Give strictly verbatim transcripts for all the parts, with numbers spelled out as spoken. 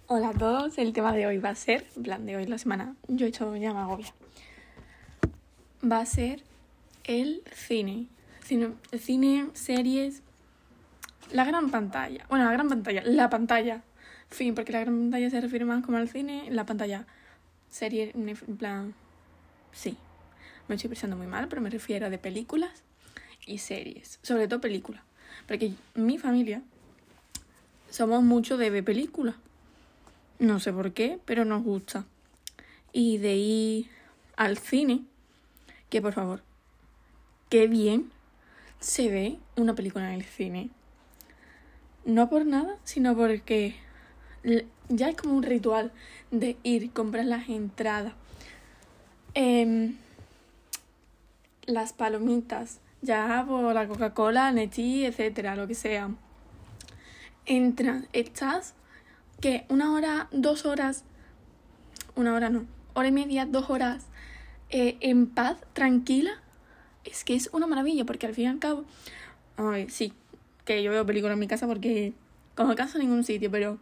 Hola a todos, el tema de hoy va a ser, en plan de hoy la semana, yo he hecho ya me agobia. Va a ser el cine, cine, el cine, series, la gran pantalla. Bueno, la gran pantalla, la pantalla, fin, porque la gran pantalla se refiere más como al cine, la pantalla, serie, en plan, sí, me estoy expresando muy mal, pero me refiero a de películas y series, sobre todo películas, porque mi familia somos mucho de ver películas. No sé por qué, pero nos gusta. Y de ir al cine, que por favor, qué bien se ve una película en el cine. No por nada, sino porque ya es como un ritual de ir, comprar las entradas, eh, las palomitas, ya por la Coca-Cola, Nestí, etcétera, lo que sea. Entras, estás... que una hora, dos horas, una hora no, hora y media, dos horas, eh, en paz, tranquila, es que es una maravilla, porque al fin y al cabo, ay, sí, que yo veo películas en mi casa porque como casa en ningún sitio, pero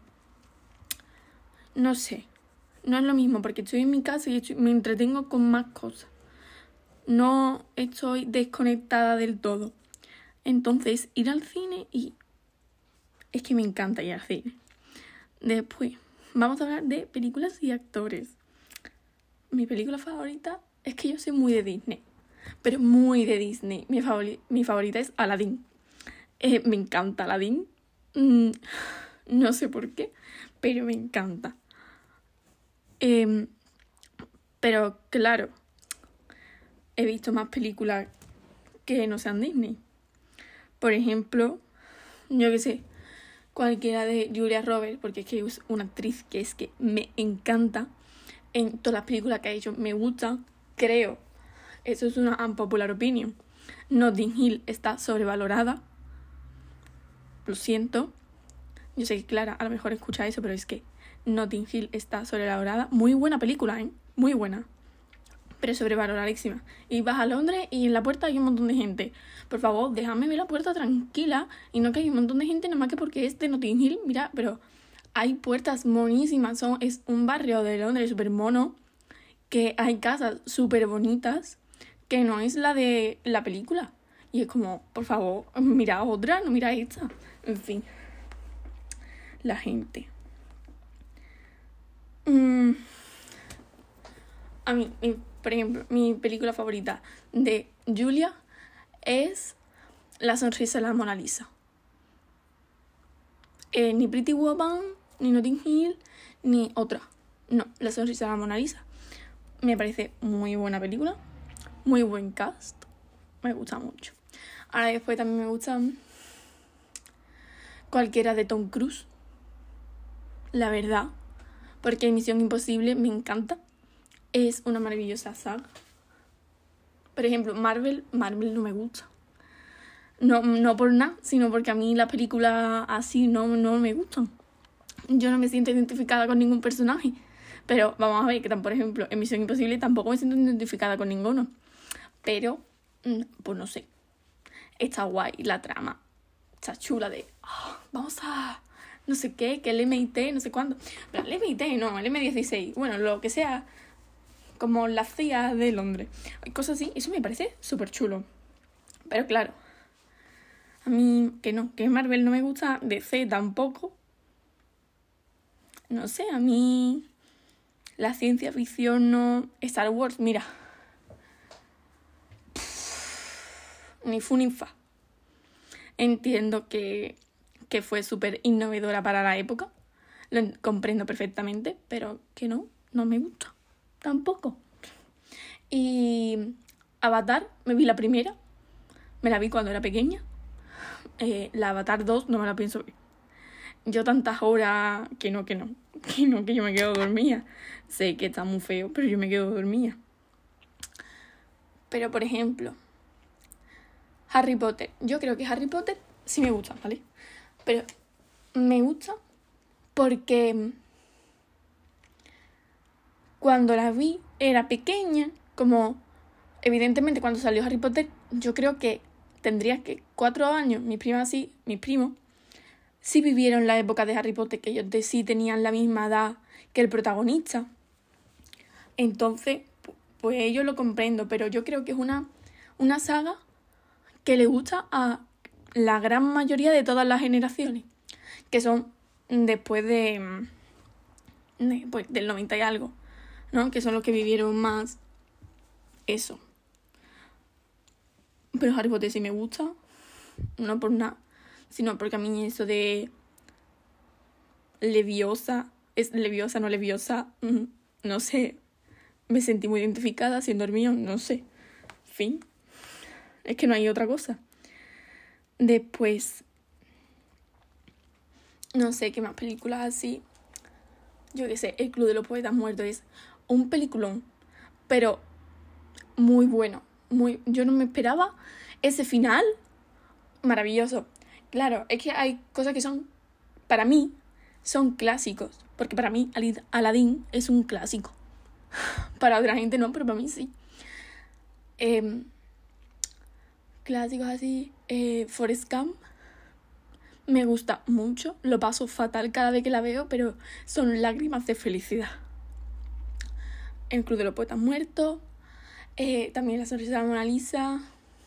no sé, no es lo mismo, porque estoy en mi casa y estoy, me entretengo con más cosas, no estoy desconectada del todo. Entonces, ir al cine y es que me encanta ir al cine. Después, vamos a hablar de películas y actores. Mi película favorita es que yo soy muy de Disney, pero muy de Disney. Mi, favori- mi favorita es Aladdin. Eh, me encanta Aladdin. Mm, no sé por qué, pero me encanta. Eh, pero claro, he visto más películas que no sean Disney. Por ejemplo, yo qué sé, cualquiera de Julia Roberts, porque es que es una actriz que es que me encanta. En todas las películas que ha hecho me gustan, creo. Eso es una unpopular opinion. Notting Hill está sobrevalorada. Lo siento. Yo sé que Clara a lo mejor escucha eso, pero es que Notting Hill está sobrevalorada. Muy buena película, ¿eh? Muy buena. Pero sobrevaloradísima. Y vas a Londres y en la puerta hay un montón de gente. Por favor, déjame ver la puerta tranquila. Y no que hay un montón de gente, nada más que porque es de Notting Hill. Mira, pero hay puertas monísimas. Son, es un barrio de Londres súper mono. Que hay casas súper bonitas. Que no es la de la película. Y es como, por favor, mira otra, no mira esta. En fin. La gente. Mm. A mí, mi, por ejemplo, mi película favorita de Julia es La sonrisa de la Mona Lisa. Eh, ni Pretty Woman, ni Notting Hill, ni otra. No, La sonrisa de la Mona Lisa. Me parece muy buena película. Muy buen cast. Me gusta mucho. Ahora después también me gusta cualquiera de Tom Cruise. La verdad. Porque Misión Imposible me encanta. Es una maravillosa saga. Por ejemplo, Marvel, Marvel no me gusta. No, no por nada, sino porque a mí las películas así no, no me gustan. Yo no me siento identificada con ningún personaje. Pero vamos a ver que, por ejemplo, en Misión Imposible tampoco me siento identificada con ninguno. Pero, pues no sé. Está guay la trama. Está chula de... Oh, vamos a... no sé qué, que el M I T, no sé cuándo. Pero el M I T no, el M dieciséis. Bueno, lo que sea... como la C I A de Londres. Hay cosas así, eso me parece súper chulo. Pero claro, a mí que no, que Marvel no me gusta, D C tampoco. No sé, a mí la ciencia ficción no... Star Wars, mira. Ni fu ni fa. Entiendo que, que fue súper innovadora para la época. Lo comprendo perfectamente, pero que no, no me gusta. Tampoco. Y Avatar, me vi la primera. Me la vi cuando era pequeña. Eh, la Avatar dos no me la pienso ver. Yo tantas horas que no, que no. Que no, que yo me quedo dormida. Sé que está muy feo, pero yo me quedo dormida. Pero, por ejemplo, Harry Potter. Yo creo que Harry Potter sí me gusta, ¿vale? Pero me gusta porque cuando la vi era pequeña, como evidentemente cuando salió Harry Potter, yo creo que tendría que cuatro años, mis primas sí, mis primos, sí vivieron la época de Harry Potter, que ellos de sí tenían la misma edad que el protagonista. Entonces, pues ellos lo comprendo, pero yo creo que es una, una saga que le gusta a la gran mayoría de todas las generaciones, que son después de, de pues, del noventa y algo, ¿no? Que son los que vivieron más eso. Pero Harry Potter sí me gusta, no por nada, sino porque a mí eso de Leviosa, es Leviosa, no Leviosa, no sé, me sentí muy identificada siendo Hermione, no sé, fin, es que no hay otra cosa. Después, no sé qué más películas así, yo qué sé, El Club de los Poetas Muertos es un peliculón, pero muy bueno, muy, yo no me esperaba ese final maravilloso. Claro, es que hay cosas que son, para mí, son clásicos, porque para mí Aladdin es un clásico. Para otra gente no, pero para mí sí. Eh, clásicos así, eh, Forrest Gump, me gusta mucho, lo paso fatal cada vez que la veo, pero son lágrimas de felicidad. El Club de los Poetas Muertos, eh, también La Sonrisa de la Mona Lisa.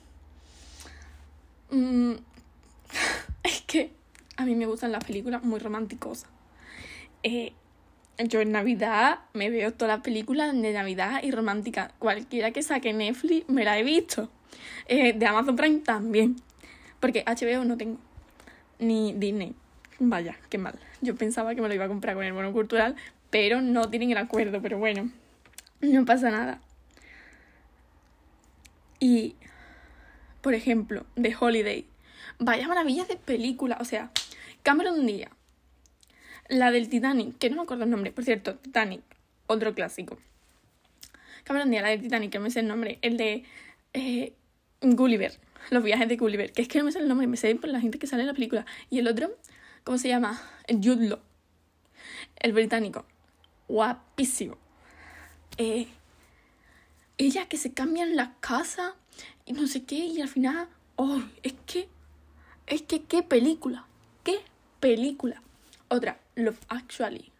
Mm, es que a mí me gustan las películas muy románticas. Eh, yo en Navidad me veo todas las películas de Navidad y románticas. Cualquiera que saque Netflix me la he visto. Eh, de Amazon Prime también. Porque H B O no tengo. Ni Disney. Vaya, qué mal. Yo pensaba que me lo iba a comprar con el bono cultural, pero no tienen el acuerdo. Pero bueno, no pasa nada. Y, por ejemplo, The Holiday. Vaya maravilla de película. O sea, Cameron Díaz. La del Titanic, que no me acuerdo el nombre. Por cierto, Titanic, otro clásico. Cameron Díaz, la del Titanic, que no me sé el nombre. El de eh, Gulliver. Los viajes de Gulliver. Que es que no me sé el nombre, me sé por la gente que sale en la película. Y el otro, ¿cómo se llama? Jude Law. El británico. Guapísimo. Eh, ella que se cambian las casas y no sé qué. Y al final, oh, es que, es que, qué película. Qué película. Otra, Love Actually.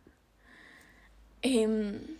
Eh,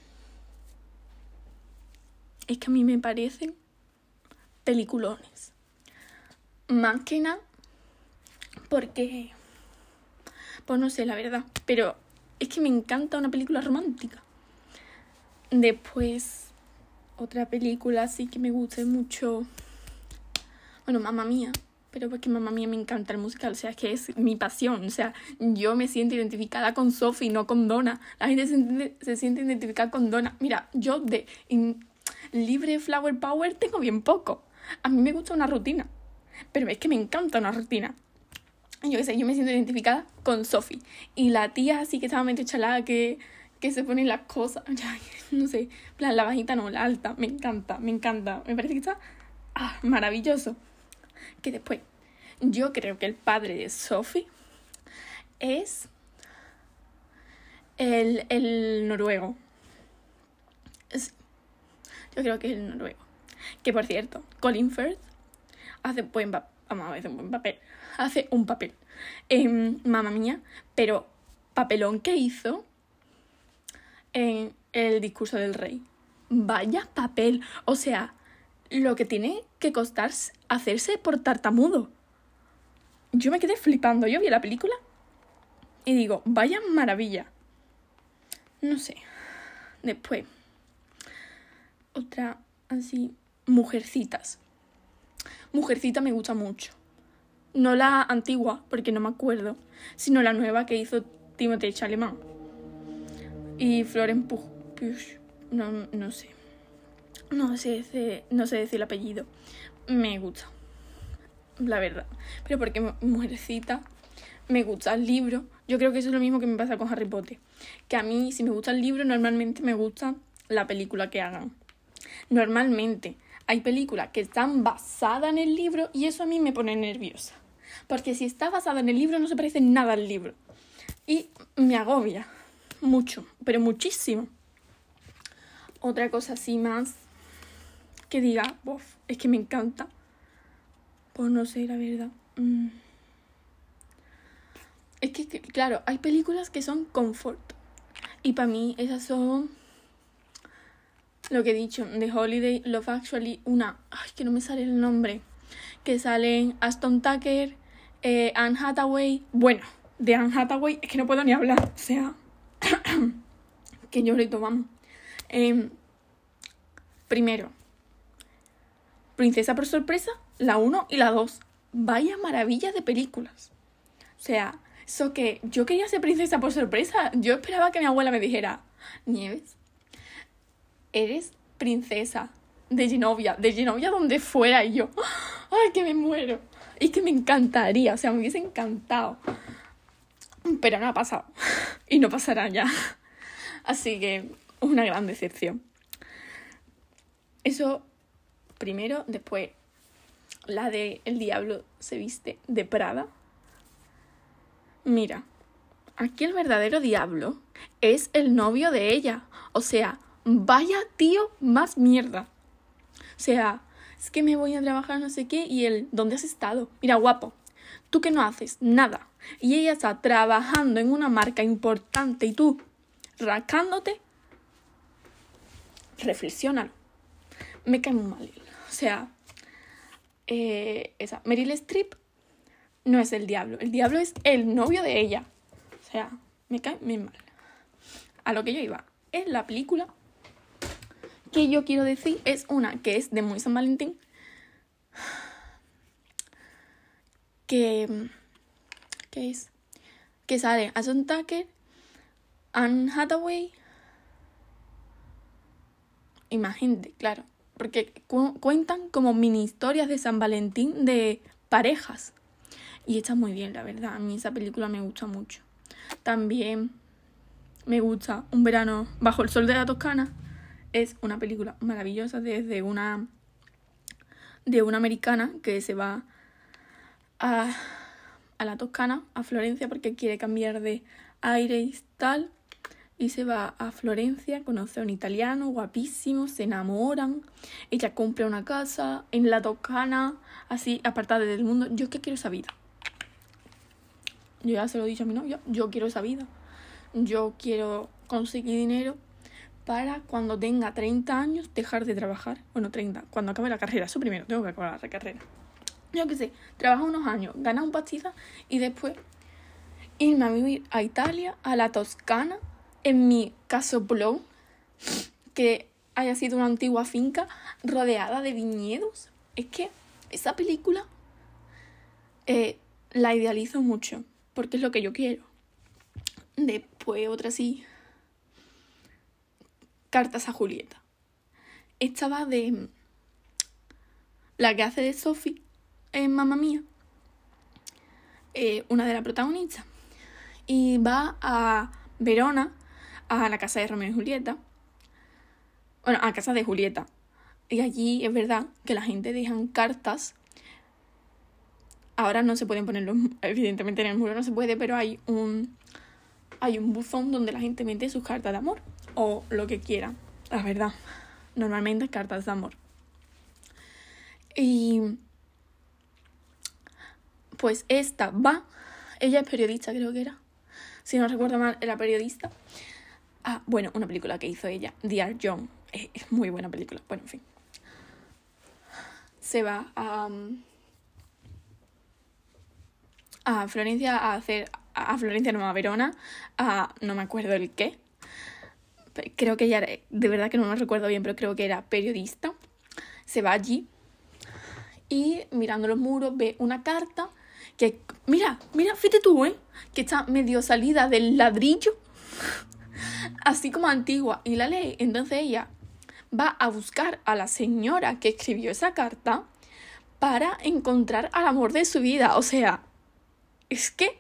es que a mí me parecen peliculones. Más que nada porque, pues no sé, la verdad, pero es que me encanta una película romántica. Después, otra película así que me guste mucho, bueno, Mamma Mía. Pero porque Mamma Mía me encanta el musical, o sea, es que es mi pasión, o sea, yo me siento identificada con Sophie, no con Donna. La gente se, entiende, se siente identificada con Donna. Mira, yo de in, libre flower power tengo bien poco. A mí me gusta una rutina, pero es que me encanta una rutina. Yo qué sé, yo me siento identificada con Sophie. Y la tía así que estaba medio chalada, que, que se pone las cosas, no sé, plan, la bajita no, la alta, me encanta, me encanta. Me parece que está ah, maravilloso. Que después, yo creo que el padre de Sophie es el, el noruego. Es, yo creo que es el noruego. Que por cierto, Colin Firth hace buen papel. Vamos a ver, un buen papel. Hace un papel. Eh, Mamma Mía, pero papelón que hizo en el discurso del rey. Vaya papel. O sea, lo que tiene que costar hacerse por tartamudo. Yo me quedé flipando. Yo vi la película y digo, vaya maravilla. No sé. Después, otra así, Mujercitas. Mujercita me gusta mucho. No la antigua, porque no me acuerdo, sino la nueva que hizo Timothée Chalamet. Y Florence Pugh. No, no sé. No sé, no sé decir el apellido. Me gusta, la verdad. Pero porque Mujercita me gusta el libro. Yo creo que eso es lo mismo que me pasa con Harry Potter. Que a mí, si me gusta el libro, normalmente me gusta la película que hagan. Normalmente hay películas que están basadas en el libro y eso a mí me pone nerviosa. Porque si está basada en el libro no se parece nada al libro. Y me agobia mucho, pero muchísimo. Otra cosa así más que diga, bof, es que me encanta. Pues no sé, la verdad. Mm. Es que, claro, hay películas que son confort. Y para mí esas son... Lo que he dicho, The Holiday, Love Actually, una... Ay, que no me sale el nombre. Que salen Aston Tucker, eh, Anne Hathaway... Bueno, de Anne Hathaway es que no puedo ni hablar. O sea... que llorito, vamos. Eh, primero, Princesa por sorpresa, la uno y la dos. Vaya maravilla de películas. O sea, eso que yo quería ser princesa por sorpresa. Yo esperaba que mi abuela me dijera: Nieves, eres princesa de Genovia, de Genovia donde fuera. Y yo, ¡ay, que me muero! Y que me encantaría, o sea, me hubiese encantado. Pero no ha pasado. Y no pasará ya. Así que, una gran decepción. Eso primero. Después, la de El diablo se viste de Prada. Mira, aquí el verdadero diablo es el novio de ella. O sea, vaya tío más mierda. O sea, es que me voy a trabajar no sé qué y él, ¿dónde has estado? Mira, guapo, tú que no haces nada y ella está trabajando en una marca importante y tú rascándote, reflexiónalo. Me cae muy mal. O sea, eh, esa Meryl Streep no es el diablo. El diablo es el novio de ella. O sea, me cae muy mal. A lo que yo iba. Es la película que yo quiero decir. Es una que es de Muy San Valentín. Que... ¿Qué es? Que sale Aston Tucker, Anne Hathaway. Imagínate, claro. Porque cu- cuentan como mini historias de San Valentín de parejas. Y está muy bien, la verdad. A mí esa película me gusta mucho. También me gusta Un verano bajo el sol de la Toscana. Es una película maravillosa desde una... de una americana que se va a, a la Toscana, a Florencia, porque quiere cambiar de aire y tal. Y se va a Florencia, conoce a un italiano guapísimo, se enamoran. Ella compra una casa en la Toscana, así apartada del mundo. Yo es que quiero esa vida. Yo ya se lo he dicho a mi novio, yo quiero esa vida. Yo quiero conseguir dinero para cuando tenga treinta años dejar de trabajar. Bueno, treinta, cuando acabe la carrera. Eso primero, tengo que acabar la carrera. Yo qué sé, trabajar unos años, ganar un pastizal y después irme a vivir a Italia, a la Toscana, en mi casoplón, que haya sido una antigua finca rodeada de viñedos. Es que esa película eh, la idealizo mucho, porque es lo que yo quiero. Después otra sí, Cartas a Julieta. Esta va de la que hace de Sophie en Mamma Mía, eh, una de las protagonistas, y va a Verona, a la casa de Romeo y Julieta, bueno, a la casa de Julieta, y allí es verdad que la gente dejan cartas. Ahora no se pueden ponerlos, evidentemente en el muro no se puede, pero hay un hay un buzón donde la gente mete sus cartas de amor o lo que quiera, la verdad, normalmente cartas de amor. Y pues esta va, ella es periodista, creo que era, si no recuerdo mal, era periodista. Ah, bueno, una película que hizo ella, Dear John, es, es muy buena película. Bueno, en fin, se va a a Florencia a hacer, a Florencia no, a Verona, a no me acuerdo el qué, creo que ella era, de verdad que no me recuerdo bien, pero creo que era periodista. Se va allí y mirando los muros ve una carta que, mira, mira, fíjate tú, ¿eh? Que está medio salida del ladrillo, así como antigua, y la lee. Entonces ella va a buscar a la señora que escribió esa carta para encontrar al amor de su vida. O sea, es que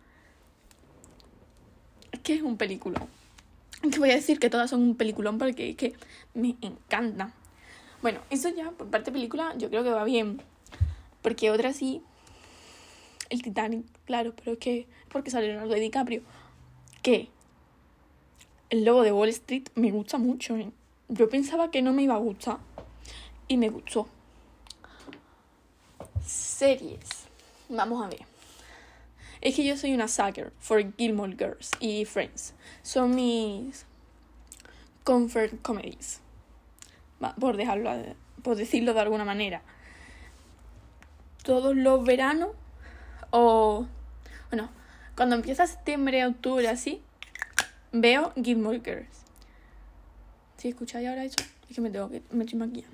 es que es un peliculón. Que voy a decir que todas son un peliculón porque es que me encantan. Bueno, eso ya por parte de película yo creo que va bien, porque otra sí, el Titanic, claro, pero es que porque sale Leonardo DiCaprio, que El lobo de Wall Street me gusta mucho, ¿eh? Yo pensaba que no me iba a gustar y me gustó. Series, vamos a ver. Es que yo soy una sucker for Gilmore Girls y Friends. Son mis comfort comedies. Va, por dejarlo, por decirlo de alguna manera. Todos los veranos o... Bueno, cuando empieza septiembre, octubre, así, veo Gilmore Girls. Si escucháis ahora eso, es que me tengo que... me estoy maquillando.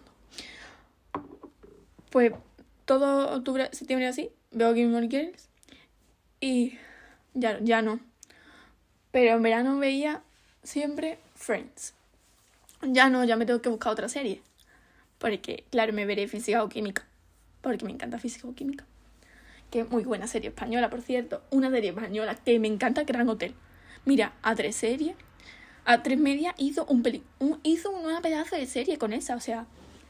Pues todo octubre, septiembre, así, veo Gilmore Girls. Y ya, ya no. Pero en verano veía siempre Friends. Ya no, ya me tengo que buscar otra serie. Porque, claro, me veré Física o Química. Porque me encanta Física o Química. Que es muy buena serie española, por cierto. Una serie española que me encanta, Gran Hotel. Mira, a tres series, a tres media hizo un peli un, hizo una pedazo de serie con esa, o sea...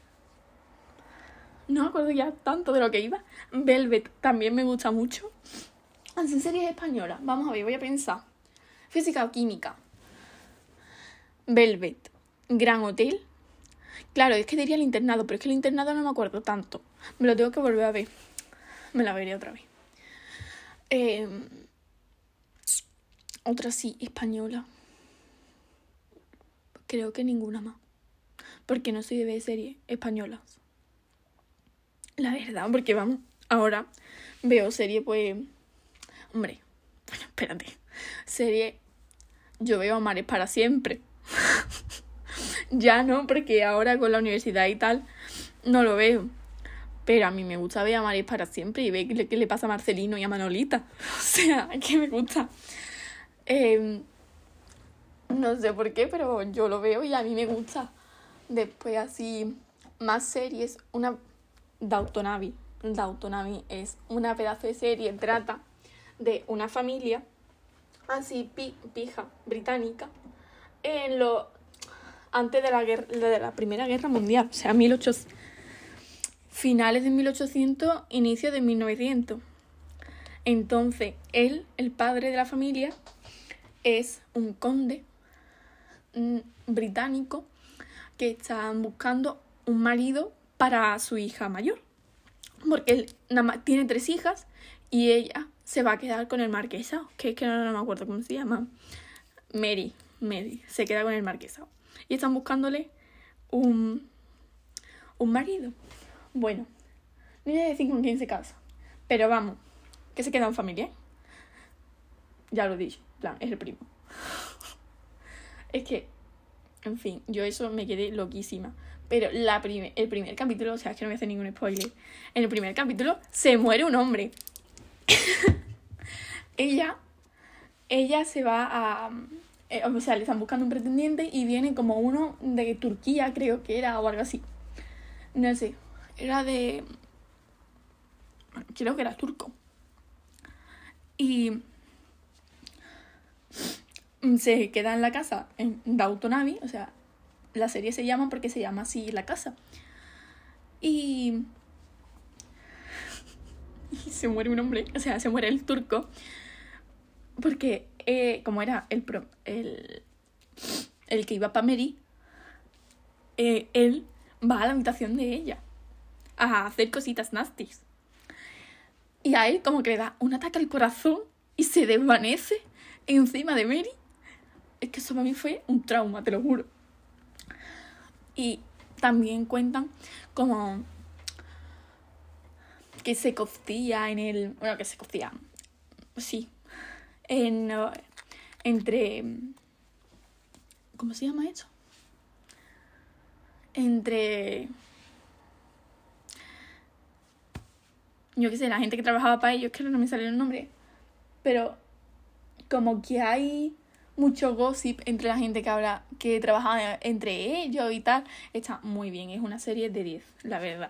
No me acuerdo ya tanto de lo que iba. Velvet también me gusta mucho. Así, series españolas. Vamos a ver, voy a pensar. Física o Química. Velvet. Gran Hotel. Claro, es que diría El Internado, pero es que El Internado no me acuerdo tanto. Me lo tengo que volver a ver. Me la veré otra vez. Eh, otra sí, española. Creo que ninguna más. Porque no soy de ver series españolas. La verdad, porque vamos, ahora veo serie, pues... Hombre, bueno, espérate. Serie... Yo veo Amares para siempre. Ya no, porque ahora con la universidad y tal no lo veo. Pero a mí me gusta ver Amares para siempre y ver qué le pasa a Marcelino y a Manolita. O sea, que me gusta. Eh, no sé por qué, pero yo lo veo y a mí me gusta. Después así, más series. Una Downton Abbey. Downton Abbey es una pedazo de serie. Trata de una familia así pi, pija británica en lo antes de la guerra, de la Primera Guerra Mundial, o sea, mil ochocientos, finales de mil ochocientos, inicio de mil novecientos. Entonces, él, el padre de la familia, es un conde mm, británico que está buscando un marido para su hija mayor, porque él nada más tiene tres hijas y ella se va a quedar con el marquesado, que es que no, no me acuerdo cómo se llama. Mary, Mary, se queda con el marquesado. Y están buscándole un, un marido. Bueno, no voy a decir con quién se casa, pero vamos, que se queda en familia, ¿eh? Ya lo dije, en plan, es el primo. Es que, en fin, yo eso me quedé loquísima. Pero la prime, el primer capítulo, o sea, es que no voy a hacer ningún spoiler. En el primer capítulo se muere un hombre. ella, ella se va a... Eh, o sea, le están buscando un pretendiente y viene como uno de Turquía, creo que era, o algo así. No sé, era de... Creo que era turco. Y se queda en la casa en Downton Abbey, o sea, la serie se llama porque se llama así la casa. Y... y se muere un hombre, o sea, se muere el turco. Porque, eh, como era el, pro, el, el que iba para Mary, eh, él va a la habitación de ella a hacer cositas nasties. Y a él como que le da un ataque al corazón y se desvanece encima de Mary. Es que eso para mí fue un trauma, te lo juro. Y también cuentan como que se cocía en el... Bueno, que se cocía... Sí. En, uh, entre... ¿Cómo se llama eso? Entre... Yo qué sé, la gente que trabajaba para ellos, que no me salió el nombre. Pero como que hay mucho gossip entre la gente que habla, que trabajaba entre ellos y tal. Está muy bien, es una serie de diez, la verdad.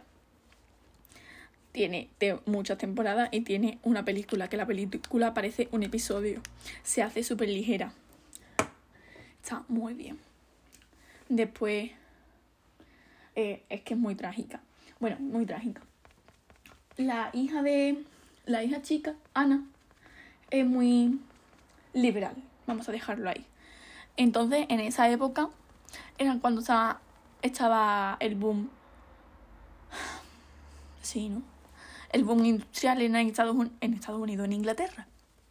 Tiene de muchas temporadas y tiene una película, que la película parece un episodio. Se hace súper ligera. Está muy bien. Después, eh, es que es muy trágica. Bueno, muy trágica. La hija de... La hija chica, Ana, es muy liberal. Vamos a dejarlo ahí. Entonces, en esa época, era cuando estaba, estaba el boom. Sí, ¿no? El boom industrial en Estados, en Estados Unidos, en Inglaterra.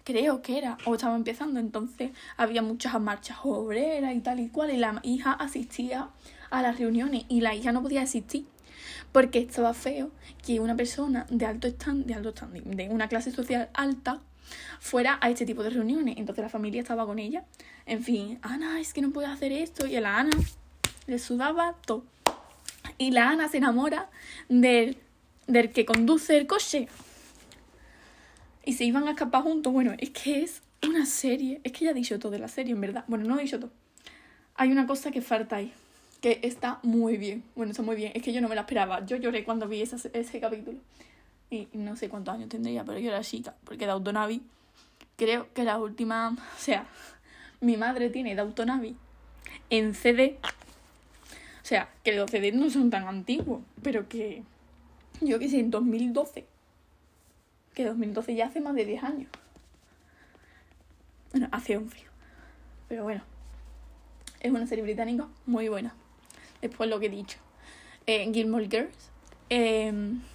creo que era, o estaba empezando, entonces había muchas marchas obreras y tal y cual, y la hija asistía a las reuniones y la hija no podía asistir porque estaba feo que una persona de alto stand, de alto standing, de una clase social alta, fuera a este tipo de reuniones. Entonces la familia estaba con ella. En fin, Ana, es que no puedo hacer esto. Y a la Ana le sudaba todo. Y la Ana se enamora del, del que conduce el coche. Y se iban a escapar juntos. Bueno, es que es una serie. Es que ya he dicho todo de la serie, en verdad. Bueno, no he dicho todo. Hay una cosa que falta ahí, que está muy bien. Bueno, está muy bien. Es que yo no me la esperaba. Yo lloré cuando vi ese, ese capítulo. Y no sé cuántos años tendría, pero yo era chica. Porque Downton Abbey, creo que la última... O sea, mi madre tiene Downton Abbey en C D. O sea, que los C D no son tan antiguos. Pero que... Yo qué sé, en dos mil doce. Que dos mil doce ya hace más de diez años. Bueno, hace once. Pero bueno. Es una serie británica muy buena. Después lo que he dicho. Eh, Gilmore Girls. Eh,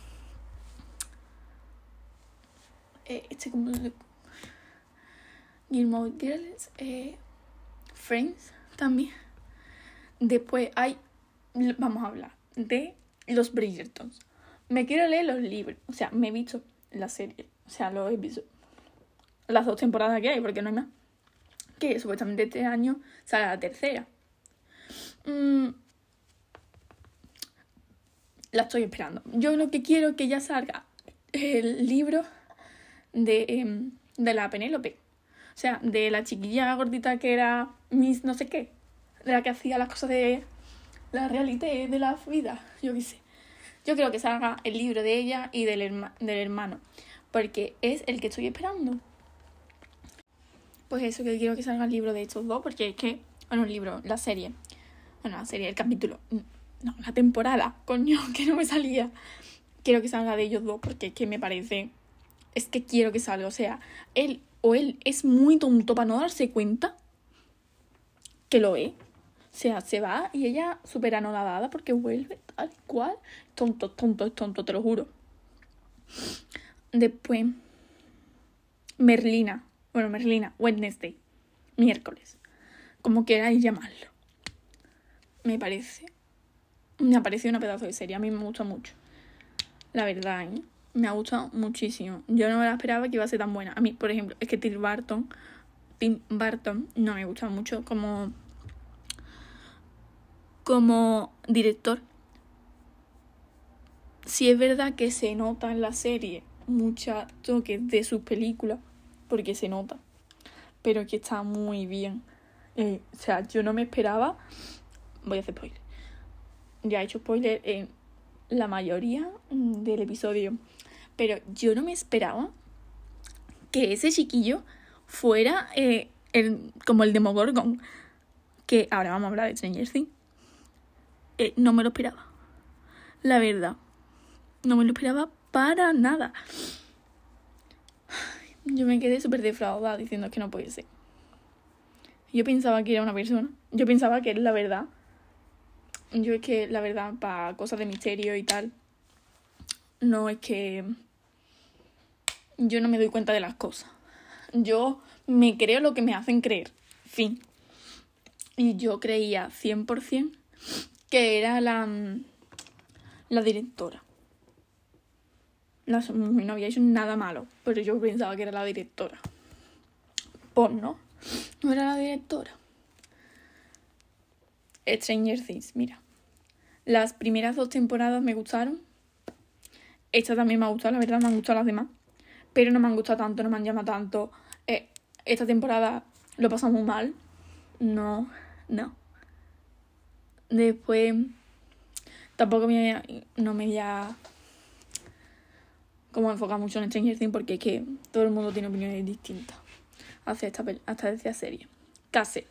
eh, este como... Gilmore Girls. Eh, Friends también. Después hay... Vamos a hablar de los Bridgertons. Me quiero leer los libros. O sea, me he visto la serie. O sea, los he visto. Las dos temporadas que hay, porque no hay más. Que supuestamente este año sale la tercera. Mm, la estoy esperando. Yo lo que quiero es que ya salga el libro de, eh, de la Penélope. O sea, de la chiquilla gordita que era Miss no sé qué. De la que hacía las cosas de la realidad de la vida. Yo qué sé. Yo quiero que salga el libro de ella y del, herma- del hermano. Porque es el que estoy esperando. Pues eso, que quiero que salga el libro de estos dos, porque es que... Bueno, el libro, la serie. Bueno, la serie, el capítulo. No, la temporada, coño, que no me salía. Quiero que salga de ellos dos, porque es que me parece... Es que quiero que salga, o sea... Él o él es muy tonto para no darse cuenta que lo es. O sea, se va y ella súper anodada porque vuelve tal cual. Tonto, tonto, es tonto, te lo juro. Después... Merlina. Bueno, Merlina, Wednesday, miércoles, como queráis llamarlo. Me parece, me ha parecido una pedazo de serie, a mí me gusta mucho. La verdad, ¿eh? Me ha gustado muchísimo. Yo no me la esperaba que iba a ser tan buena. A mí, por ejemplo, es que Tim Burton, Tim Burton no me gusta mucho como, como director. Sí es verdad que se nota en la serie muchos toques de sus películas, porque se nota, pero que está muy bien. Eh, o sea, yo no me esperaba... Voy a hacer spoiler. Ya he hecho spoiler en la mayoría del episodio, pero yo no me esperaba que ese chiquillo fuera eh, el, como el Demogorgon, que ahora vamos a hablar de Stranger Things. Eh, no me lo esperaba, la verdad. No me lo esperaba para nada. Yo me quedé súper defraudada diciendo que no puede ser. Yo pensaba que era una persona. Yo pensaba que era la verdad. Yo es que la verdad, para cosas de misterio y tal, no es que... Yo no me doy cuenta de las cosas. Yo me creo lo que me hacen creer. Fin. Y yo creía cien por ciento que era la, la directora. La, no había hecho nada malo, pero yo pensaba que era la directora. Pues no, no era la directora. Stranger Things, mira. Las primeras dos temporadas me gustaron. Esta también me ha gustado, la verdad, me han gustado las demás. Pero no me han gustado tanto, no me han llamado tanto. Eh, esta temporada lo pasamos mal. No, no. Después, tampoco me, no me voy a como enfocar mucho en Stranger Things, porque es que todo el mundo tiene opiniones distintas hacia esta, hasta esta serie. Castle.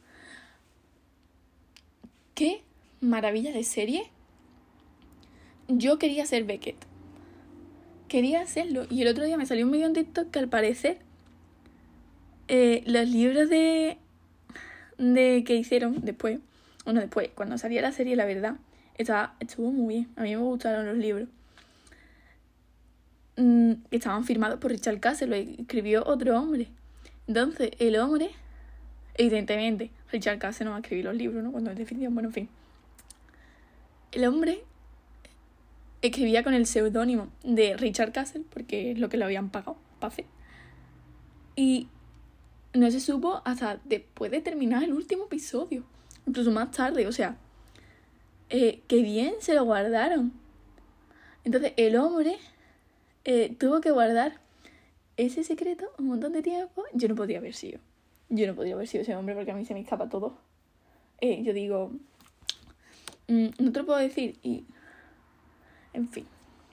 ¡Qué maravilla de serie! Yo quería ser Beckett. Quería hacerlo. Y el otro día me salió un vídeo en TikTok que al parecer eh, los libros de, de que hicieron después, bueno, después, cuando salía la serie, la verdad, estaba, estuvo muy bien. A mí me gustaron los libros. mmm, que estaban firmados por Richard Castle, lo escribió otro hombre. Entonces, el hombre, evidentemente, Richard Castle no va a escribir los libros, ¿no? Cuando es de ficción, bueno, en fin. El hombre escribía con el seudónimo de Richard Castle, porque es lo que le habían pagado para hacer. Y no se supo hasta después de terminar el último episodio, incluso más tarde, o sea, eh, qué bien se lo guardaron. Entonces el hombre eh, tuvo que guardar ese secreto un montón de tiempo. Yo no podría haber sido, yo no podría haber sido ese hombre, porque a mí se me escapa todo. Eh, yo digo, mmm, no te lo puedo decir y... En fin.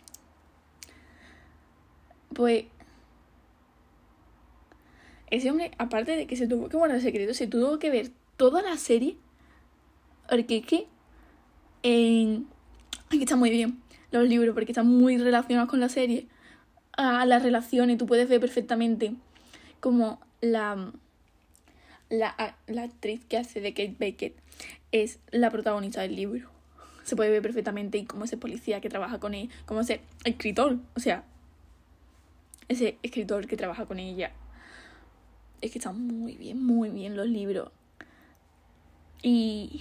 Pues ese hombre, aparte de que se tuvo que guardar el secreto, se tuvo que ver toda la serie. Porque es que en... Aquí está muy bien los libros, porque están muy relacionados con la serie. A las relaciones, tú puedes ver perfectamente como la, la, la actriz que hace de Kate Beckett es la protagonista del libro. Se puede ver perfectamente y cómo ese policía que trabaja con él, como ese escritor, o sea, ese escritor que trabaja con ella. Es que están muy bien, muy bien los libros. Y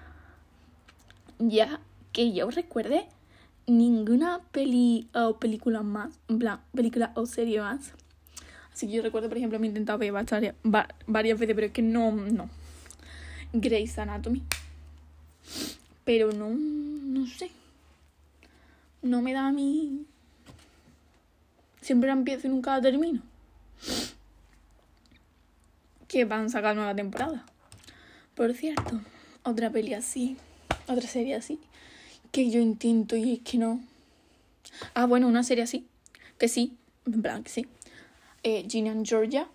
ya que yo recuerde, ninguna peli o película más, en plan, película o serie más. Así que yo recuerdo, por ejemplo, me he intentado ver varias, varias veces, pero es que no, no. Grey's Anatomy. Pero no, no sé. No me da a mí... Siempre la empiezo y nunca la termino. Que van a sacar nueva temporada. Por cierto, otra peli así, otra serie así, que yo intento y es que no. Ah, bueno, una serie así, que sí, en plan que sí. Eh, Ginny and Georgia.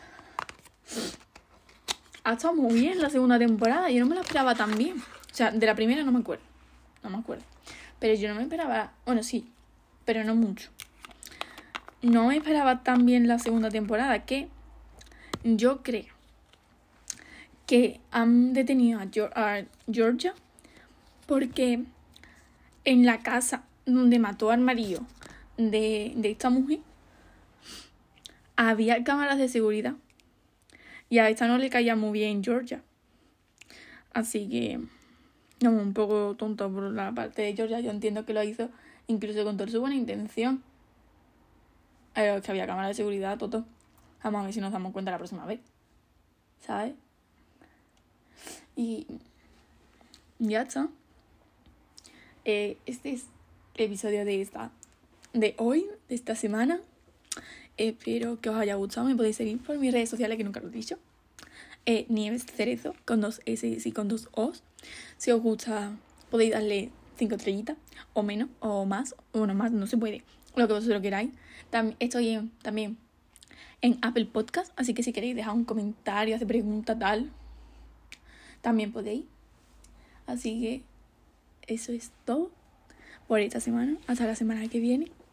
Ha estado muy bien la segunda temporada, yo no me la esperaba tan bien. O sea, de la primera no me acuerdo, no me acuerdo. Pero yo no me esperaba, bueno, sí, pero no mucho. No me esperaba tan bien la segunda temporada, que yo creo que han detenido a, Geor- a Georgia porque en la casa donde mató al marido de, de esta mujer había cámaras de seguridad y a esta no le caía muy bien Georgia. Así que, no, un poco tonto por la parte de Georgia. Yo entiendo que lo hizo incluso con toda su buena intención. Pero es que había cámaras de seguridad, todo. Vamos a ver si nos damos cuenta la próxima vez, ¿sabes? Y ya está. Eh, este es el episodio de esta de hoy, de esta semana. Espero que os haya gustado. Me podéis seguir por mis redes sociales, que nunca lo he dicho. Eh, Nieves Cerezo, con dos S y con dos O's. Si os gusta, podéis darle cinco estrellitas, o menos, o más, o bueno, más, no se puede, lo que vosotros queráis. También estoy en, también en Apple Podcast, así que si queréis dejar un comentario, hacer preguntas, tal, también podéis. Así que eso es todo por esta semana. Hasta la semana que viene.